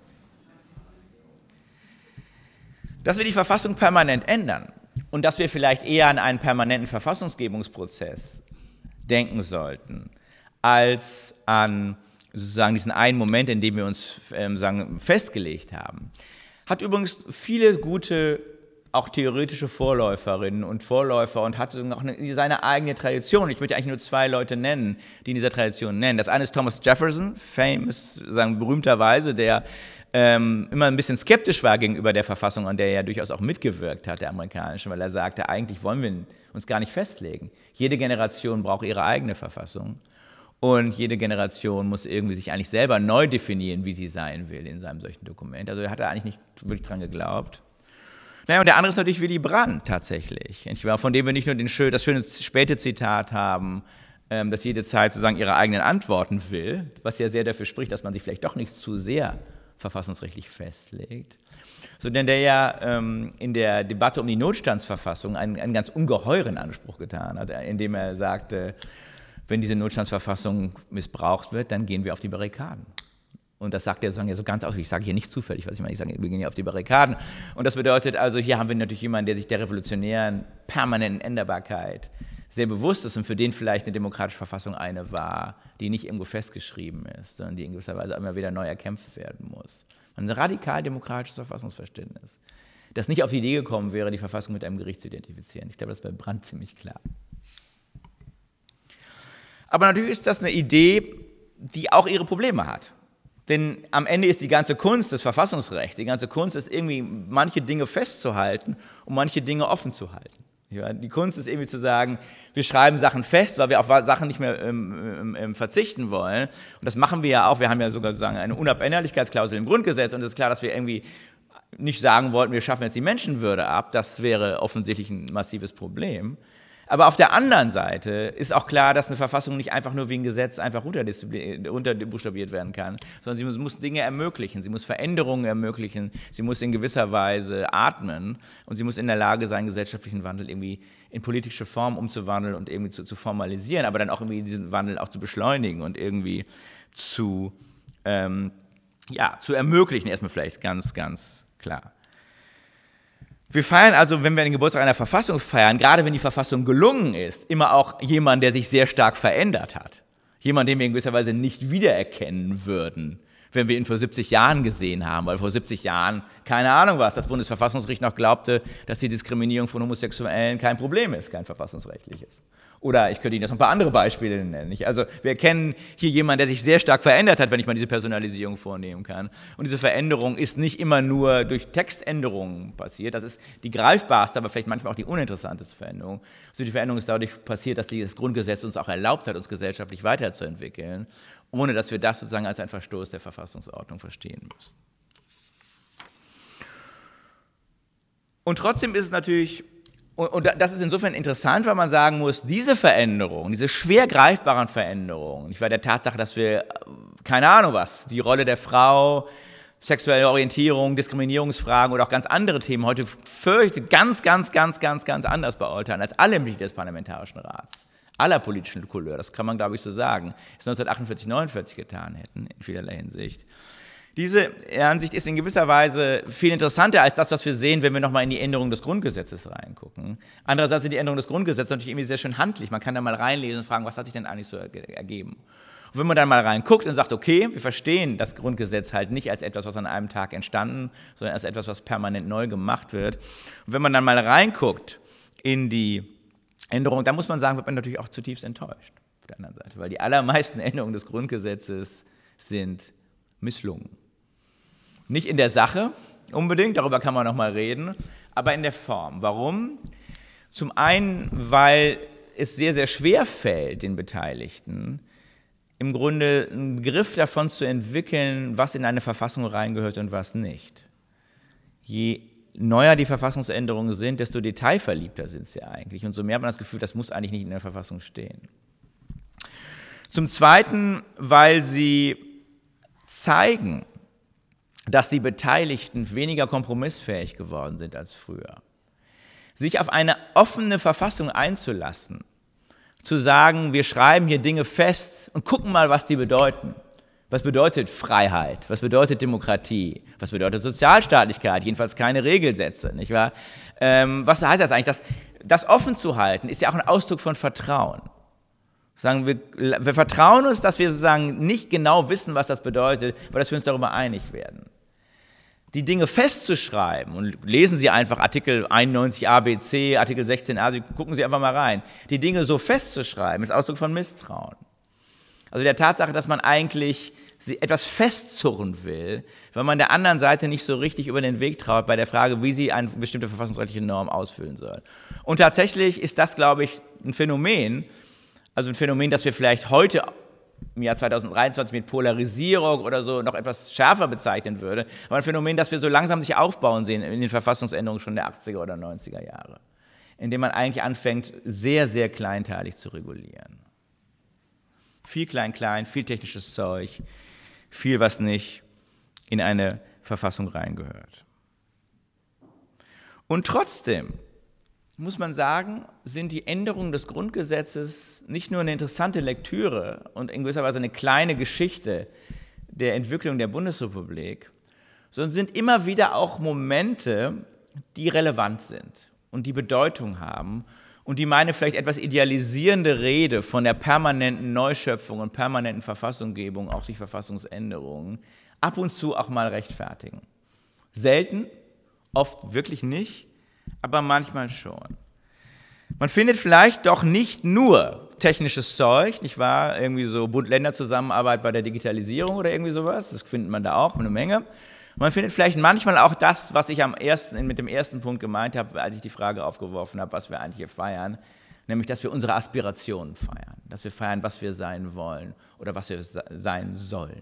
S2: Dass wir die Verfassung permanent ändern, und dass wir vielleicht eher an einen permanenten Verfassungsgebungsprozess denken sollten, als an sozusagen diesen einen Moment, in dem wir uns ähm, sagen, festgelegt haben, hat übrigens viele gute, auch theoretische Vorläuferinnen und Vorläufer und hat auch eine, seine eigene Tradition. Ich möchte eigentlich nur zwei Leute nennen, die in dieser Tradition nennen. Das eine ist Thomas Jefferson, famous, sagen berühmterweise, der Ähm, immer ein bisschen skeptisch war gegenüber der Verfassung, an der er ja durchaus auch mitgewirkt hat, der amerikanischen, weil er sagte, eigentlich wollen wir uns gar nicht festlegen. Jede Generation braucht ihre eigene Verfassung und jede Generation muss irgendwie sich eigentlich selber neu definieren, wie sie sein will in seinem solchen Dokument. Also er hat da eigentlich nicht wirklich dran geglaubt. Naja, und der andere ist natürlich Willy Brandt tatsächlich, von dem wir nicht nur den schön, das schöne späte Zitat haben, dass jede Zeit sozusagen ihre eigenen Antworten will, was ja sehr dafür spricht, dass man sich vielleicht doch nicht zu sehr verfassungsrechtlich festlegt, so denn der ja ähm, in der Debatte um die Notstandsverfassung einen, einen ganz ungeheuren Anspruch getan hat, indem er sagte, wenn diese Notstandsverfassung missbraucht wird, dann gehen wir auf die Barrikaden. Und das sagt er so, ja so ganz aus, ich sage hier nicht zufällig, was ich meine, ich sage, wir gehen hier auf die Barrikaden. Und das bedeutet also, hier haben wir natürlich jemanden, der sich der revolutionären, permanenten Änderbarkeit sehr bewusst ist und für den vielleicht eine demokratische Verfassung eine war, die nicht irgendwo festgeschrieben ist, sondern die in gewisser Weise immer wieder neu erkämpft werden muss. Ein radikal demokratisches Verfassungsverständnis, das nicht auf die Idee gekommen wäre, die Verfassung mit einem Gericht zu identifizieren. Ich glaube, das ist bei Brandt ziemlich klar. Aber natürlich ist das eine Idee, die auch ihre Probleme hat. Denn am Ende ist die ganze Kunst des Verfassungsrechts, die ganze Kunst ist irgendwie, manche Dinge festzuhalten und manche Dinge offen zu halten. Die Kunst ist irgendwie zu sagen, wir schreiben Sachen fest, weil wir auf Sachen nicht mehr ähm, ähm, verzichten wollen. Und das machen wir ja auch. Wir haben ja sogar sozusagen eine Unabänderlichkeitsklausel im Grundgesetz. Und es ist klar, dass wir irgendwie nicht sagen wollten, wir schaffen jetzt die Menschenwürde ab. Das wäre offensichtlich ein massives Problem. Aber auf der anderen Seite ist auch klar, dass eine Verfassung nicht einfach nur wie ein Gesetz einfach runterbuchstabiert werden kann, sondern sie muss, muss Dinge ermöglichen, sie muss Veränderungen ermöglichen, sie muss in gewisser Weise atmen und sie muss in der Lage sein, gesellschaftlichen Wandel irgendwie in politische Form umzuwandeln und irgendwie zu, zu formalisieren, aber dann auch irgendwie diesen Wandel auch zu beschleunigen und irgendwie zu, ähm, ja, zu ermöglichen, erstmal vielleicht ganz, ganz klar. Wir feiern also, wenn wir den Geburtstag einer Verfassung feiern, gerade wenn die Verfassung gelungen ist, immer auch jemanden, der sich sehr stark verändert hat. Jemand, den wir in gewisser Weise nicht wiedererkennen würden, wenn wir ihn vor siebzig Jahren gesehen haben, weil vor siebzig Jahren, keine Ahnung was, das Bundesverfassungsgericht noch glaubte, dass die Diskriminierung von Homosexuellen kein Problem ist, kein verfassungsrechtliches. Oder ich könnte Ihnen jetzt noch ein paar andere Beispiele nennen. Also wir kennen hier jemanden, der sich sehr stark verändert hat, wenn ich mal diese Personalisierung vornehmen kann. Und diese Veränderung ist nicht immer nur durch Textänderungen passiert. Das ist die greifbarste, aber vielleicht manchmal auch die uninteressanteste Veränderung. Also die Veränderung ist dadurch passiert, dass das Grundgesetz uns auch erlaubt hat, uns gesellschaftlich weiterzuentwickeln, ohne dass wir das sozusagen als einen Verstoß der Verfassungsordnung verstehen müssen. Und trotzdem ist es natürlich Und, und das ist insofern interessant, weil man sagen muss, diese Veränderungen, diese schwer greifbaren Veränderungen, ich war der Tatsache, dass wir, keine Ahnung was, die Rolle der Frau, sexuelle Orientierung, Diskriminierungsfragen oder auch ganz andere Themen heute fürchte ganz, ganz, ganz, ganz, ganz anders beurteilen als alle Mitglieder des Parlamentarischen Rats, aller politischen Couleur, das kann man, glaube ich, so sagen, es neunzehnhundertachtundvierzig, neunundvierzig getan hätten, in vielerlei Hinsicht. Diese Ansicht ist in gewisser Weise viel interessanter als das, was wir sehen, wenn wir nochmal in die Änderung des Grundgesetzes reingucken. Andererseits sind die Änderungen des Grundgesetzes natürlich irgendwie sehr schön handlich. Man kann da mal reinlesen und fragen, was hat sich denn eigentlich so ergeben? Und wenn man dann mal reinguckt und sagt, okay, wir verstehen das Grundgesetz halt nicht als etwas, was an einem Tag entstanden, sondern als etwas, was permanent neu gemacht wird. Und wenn man dann mal reinguckt in die Änderung, dann muss man sagen, wird man natürlich auch zutiefst enttäuscht auf der anderen Seite, weil die allermeisten Änderungen des Grundgesetzes sind misslungen. Nicht in der Sache unbedingt, darüber kann man noch mal reden, aber in der Form. Warum? Zum einen, weil es sehr, sehr schwer fällt, den Beteiligten im Grunde einen Begriff davon zu entwickeln, was in eine Verfassung reingehört und was nicht. Je neuer die Verfassungsänderungen sind, desto detailverliebter sind sie eigentlich. Und so mehr hat man das Gefühl, das muss eigentlich nicht in der Verfassung stehen. Zum Zweiten, weil sie zeigen, dass die Beteiligten weniger kompromissfähig geworden sind als früher. Sich auf eine offene Verfassung einzulassen, zu sagen, wir schreiben hier Dinge fest und gucken mal, was die bedeuten. Was bedeutet Freiheit? Was bedeutet Demokratie? Was bedeutet Sozialstaatlichkeit? Jedenfalls keine Regelsätze, nicht wahr? Ähm, was heißt das eigentlich? Das, das offen zu halten, ist ja auch ein Ausdruck von Vertrauen. Sagen wir, wir vertrauen uns, dass wir sozusagen nicht genau wissen, was das bedeutet, aber dass wir uns darüber einig werden. Die Dinge festzuschreiben, und lesen Sie einfach Artikel einundneunzig a b c, Artikel sechzehn a, Sie gucken Sie einfach mal rein, die Dinge so festzuschreiben, ist Ausdruck von Misstrauen. Also der Tatsache, dass man eigentlich etwas festzurren will, weil man der anderen Seite nicht so richtig über den Weg traut bei der Frage, wie sie eine bestimmte verfassungsrechtliche Norm ausfüllen soll. Und tatsächlich ist das, glaube ich, ein Phänomen, also ein Phänomen, das wir vielleicht heute im Jahr zweitausenddreiundzwanzig mit Polarisierung oder so noch etwas schärfer bezeichnen würde, aber ein Phänomen, das wir so langsam sich aufbauen sehen in den Verfassungsänderungen schon der achtziger oder neunziger Jahre, indem man eigentlich anfängt, sehr, sehr kleinteilig zu regulieren. Viel Klein-Klein, viel technisches Zeug, viel, was nicht in eine Verfassung reingehört. Und trotzdem muss man sagen, sind die Änderungen des Grundgesetzes nicht nur eine interessante Lektüre und in gewisser Weise eine kleine Geschichte der Entwicklung der Bundesrepublik, sondern sind immer wieder auch Momente, die relevant sind und die Bedeutung haben und die meine vielleicht etwas idealisierende Rede von der permanenten Neuschöpfung und permanenten Verfassunggebung, auch durch Verfassungsänderungen, ab und zu auch mal rechtfertigen. Selten, oft wirklich nicht, aber manchmal schon. Man findet vielleicht doch nicht nur technisches Zeug, nicht wahr? Irgendwie so Bund-Länder-Zusammenarbeit bei der Digitalisierung oder irgendwie sowas, das findet man da auch eine Menge. Man findet vielleicht manchmal auch das, was ich am ersten, mit dem ersten Punkt gemeint habe, als ich die Frage aufgeworfen habe, was wir eigentlich hier feiern, nämlich, dass wir unsere Aspirationen feiern, dass wir feiern, was wir sein wollen oder was wir sein sollen.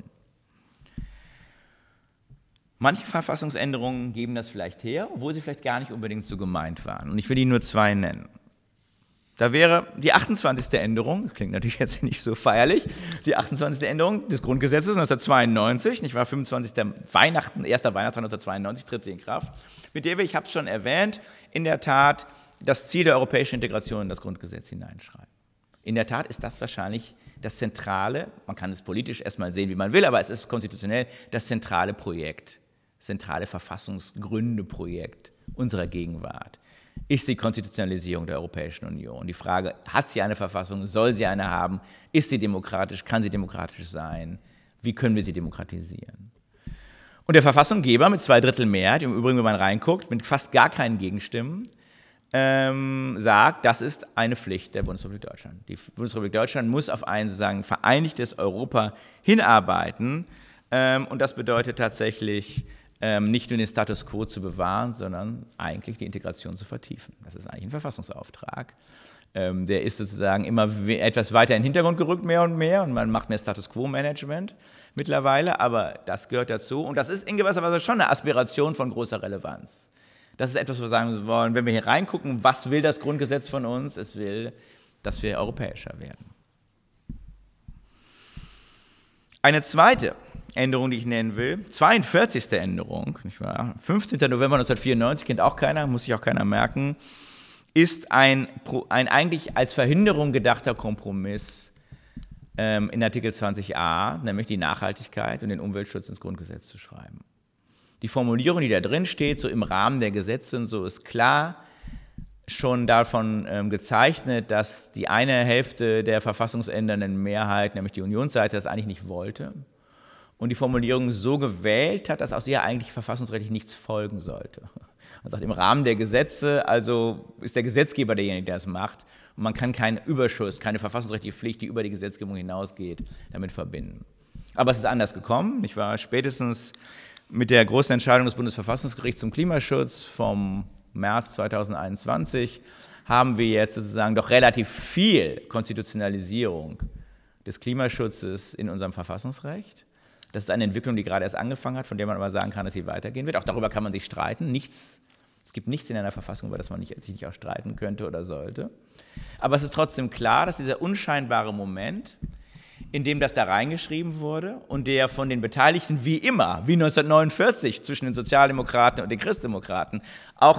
S2: Manche Verfassungsänderungen geben das vielleicht her, obwohl sie vielleicht gar nicht unbedingt so gemeint waren. Und ich will Ihnen nur zwei nennen. Da wäre die achtundzwanzigste Änderung, das klingt natürlich jetzt nicht so feierlich, die achtundzwanzigste Änderung des Grundgesetzes neunzehnhundertzweiundneunzig, nicht wahr, fünfundzwanzigster Weihnachten, erster Weihnachtstag neunzehnhundertzweiundneunzig tritt sie in Kraft, mit der wir, ich habe es schon erwähnt, in der Tat das Ziel der europäischen Integration in das Grundgesetz hineinschreiben. In der Tat ist das wahrscheinlich das zentrale, man kann es politisch erstmal sehen, wie man will, aber es ist konstitutionell das zentrale Projekt, das zentrale Verfassungsgründeprojekt unserer Gegenwart. Ist die Konstitutionalisierung der Europäischen Union. Die Frage, hat sie eine Verfassung, soll sie eine haben, ist sie demokratisch, kann sie demokratisch sein, wie können wir sie demokratisieren? Und der Verfassungsgeber mit zwei Drittel Mehrheit, im Übrigen, wenn man reinguckt, mit fast gar keinen Gegenstimmen, ähm, sagt, das ist eine Pflicht der Bundesrepublik Deutschland. Die Bundesrepublik Deutschland muss auf ein sozusagen vereinigtes Europa hinarbeiten, ähm, und das bedeutet tatsächlich, Ähm, nicht nur den Status quo zu bewahren, sondern eigentlich die Integration zu vertiefen. Das ist eigentlich ein Verfassungsauftrag. Ähm, der ist sozusagen immer etwas weiter in den Hintergrund gerückt, mehr und mehr, und man macht mehr Status Quo-Management mittlerweile, aber das gehört dazu und das ist in gewisser Weise schon eine Aspiration von großer Relevanz. Das ist etwas, was wir sagen wollen, wenn wir hier reingucken, was will das Grundgesetz von uns? Es will, dass wir europäischer werden. Eine zweite Änderung, die ich nennen will, zweiundvierzigste Änderung, nicht wahr? fünfzehnten November neunzehnhundertvierundneunzig, kennt auch keiner, muss sich auch keiner merken, ist ein, ein eigentlich als Verhinderung gedachter Kompromiss ähm, in Artikel zwanzig a, nämlich die Nachhaltigkeit und den Umweltschutz ins Grundgesetz zu schreiben. Die Formulierung, die da drin steht, so im Rahmen der Gesetze und so, ist klar schon davon ähm, gezeichnet, dass die eine Hälfte der verfassungsändernden Mehrheit, nämlich die Unionsseite, das eigentlich nicht wollte und die Formulierung so gewählt hat, dass aus ihr eigentlich verfassungsrechtlich nichts folgen sollte. Man sagt, im Rahmen der Gesetze, also ist der Gesetzgeber derjenige, der es macht und man kann keinen Überschuss, keine verfassungsrechtliche Pflicht, die über die Gesetzgebung hinausgeht, damit verbinden. Aber es ist anders gekommen, nicht wahr? Spätestens mit der großen Entscheidung des Bundesverfassungsgerichts zum Klimaschutz vom März zweitausendeinundzwanzig haben wir jetzt sozusagen doch relativ viel Konstitutionalisierung des Klimaschutzes in unserem Verfassungsrecht. Das ist eine Entwicklung, die gerade erst angefangen hat, von der man aber sagen kann, dass sie weitergehen wird. Auch darüber kann man sich streiten. Nichts, es gibt nichts in einer Verfassung, über das man nicht, sich nicht auch streiten könnte oder sollte. Aber es ist trotzdem klar, dass dieser unscheinbare Moment, in dem das da reingeschrieben wurde und der von den Beteiligten wie immer, wie neunzehnhundertneunundvierzig zwischen den Sozialdemokraten und den Christdemokraten, auch,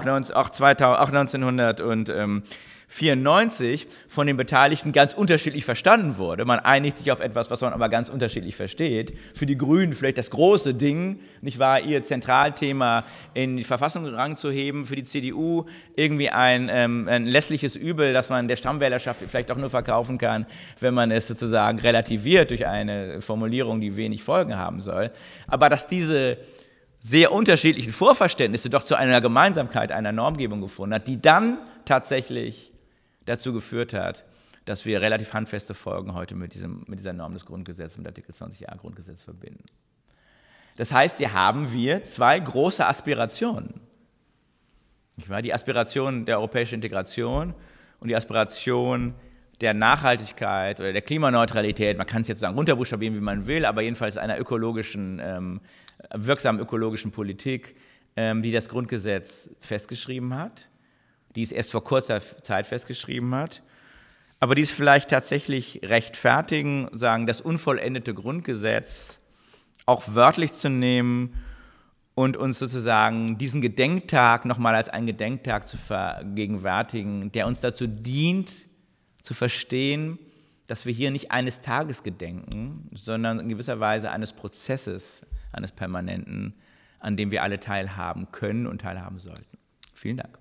S2: neunzehnhundertvierundneunzig von den Beteiligten ganz unterschiedlich verstanden wurde. Man einigt sich auf etwas, was man aber ganz unterschiedlich versteht. Für die Grünen vielleicht das große Ding, nicht wahr, ihr Zentralthema in die Verfassung ranzuheben, für die C D U irgendwie ein, ähm, ein lässliches Übel, das man der Stammwählerschaft vielleicht auch nur verkaufen kann, wenn man es sozusagen relativiert durch eine Formulierung, die wenig Folgen haben soll. Aber dass diese sehr unterschiedlichen Vorverständnisse doch zu einer Gemeinsamkeit, einer Normgebung gefunden hat, die dann tatsächlich dazu geführt hat, dass wir relativ handfeste Folgen heute mit, diesem, mit dieser Norm des Grundgesetzes, mit Artikel zwanzig a Grundgesetz verbinden. Das heißt, hier haben wir zwei große Aspirationen. Die Aspiration der europäischen Integration und die Aspiration der Nachhaltigkeit oder der Klimaneutralität, man kann es jetzt sagen runterbuchstabieren, wie man will, aber jedenfalls einer ökologischen, ähm, wirksamen ökologischen Politik, ähm, die das Grundgesetz festgeschrieben hat, die es erst vor kurzer Zeit festgeschrieben hat, aber die es vielleicht tatsächlich rechtfertigen, sagen, das unvollendete Grundgesetz auch wörtlich zu nehmen und uns sozusagen diesen Gedenktag nochmal als einen Gedenktag zu vergegenwärtigen, der uns dazu dient, zu verstehen, dass wir hier nicht eines Tages gedenken, sondern in gewisser Weise eines Prozesses, eines Permanenten, an dem wir alle teilhaben können und teilhaben sollten. Vielen Dank.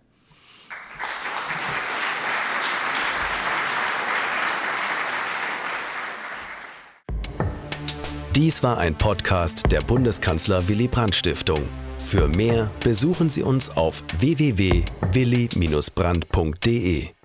S1: Dies war ein Podcast der Bundeskanzler Willy Brandt Stiftung. Für mehr besuchen Sie uns auf w w w punkt willy Bindestrich brandt punkt de.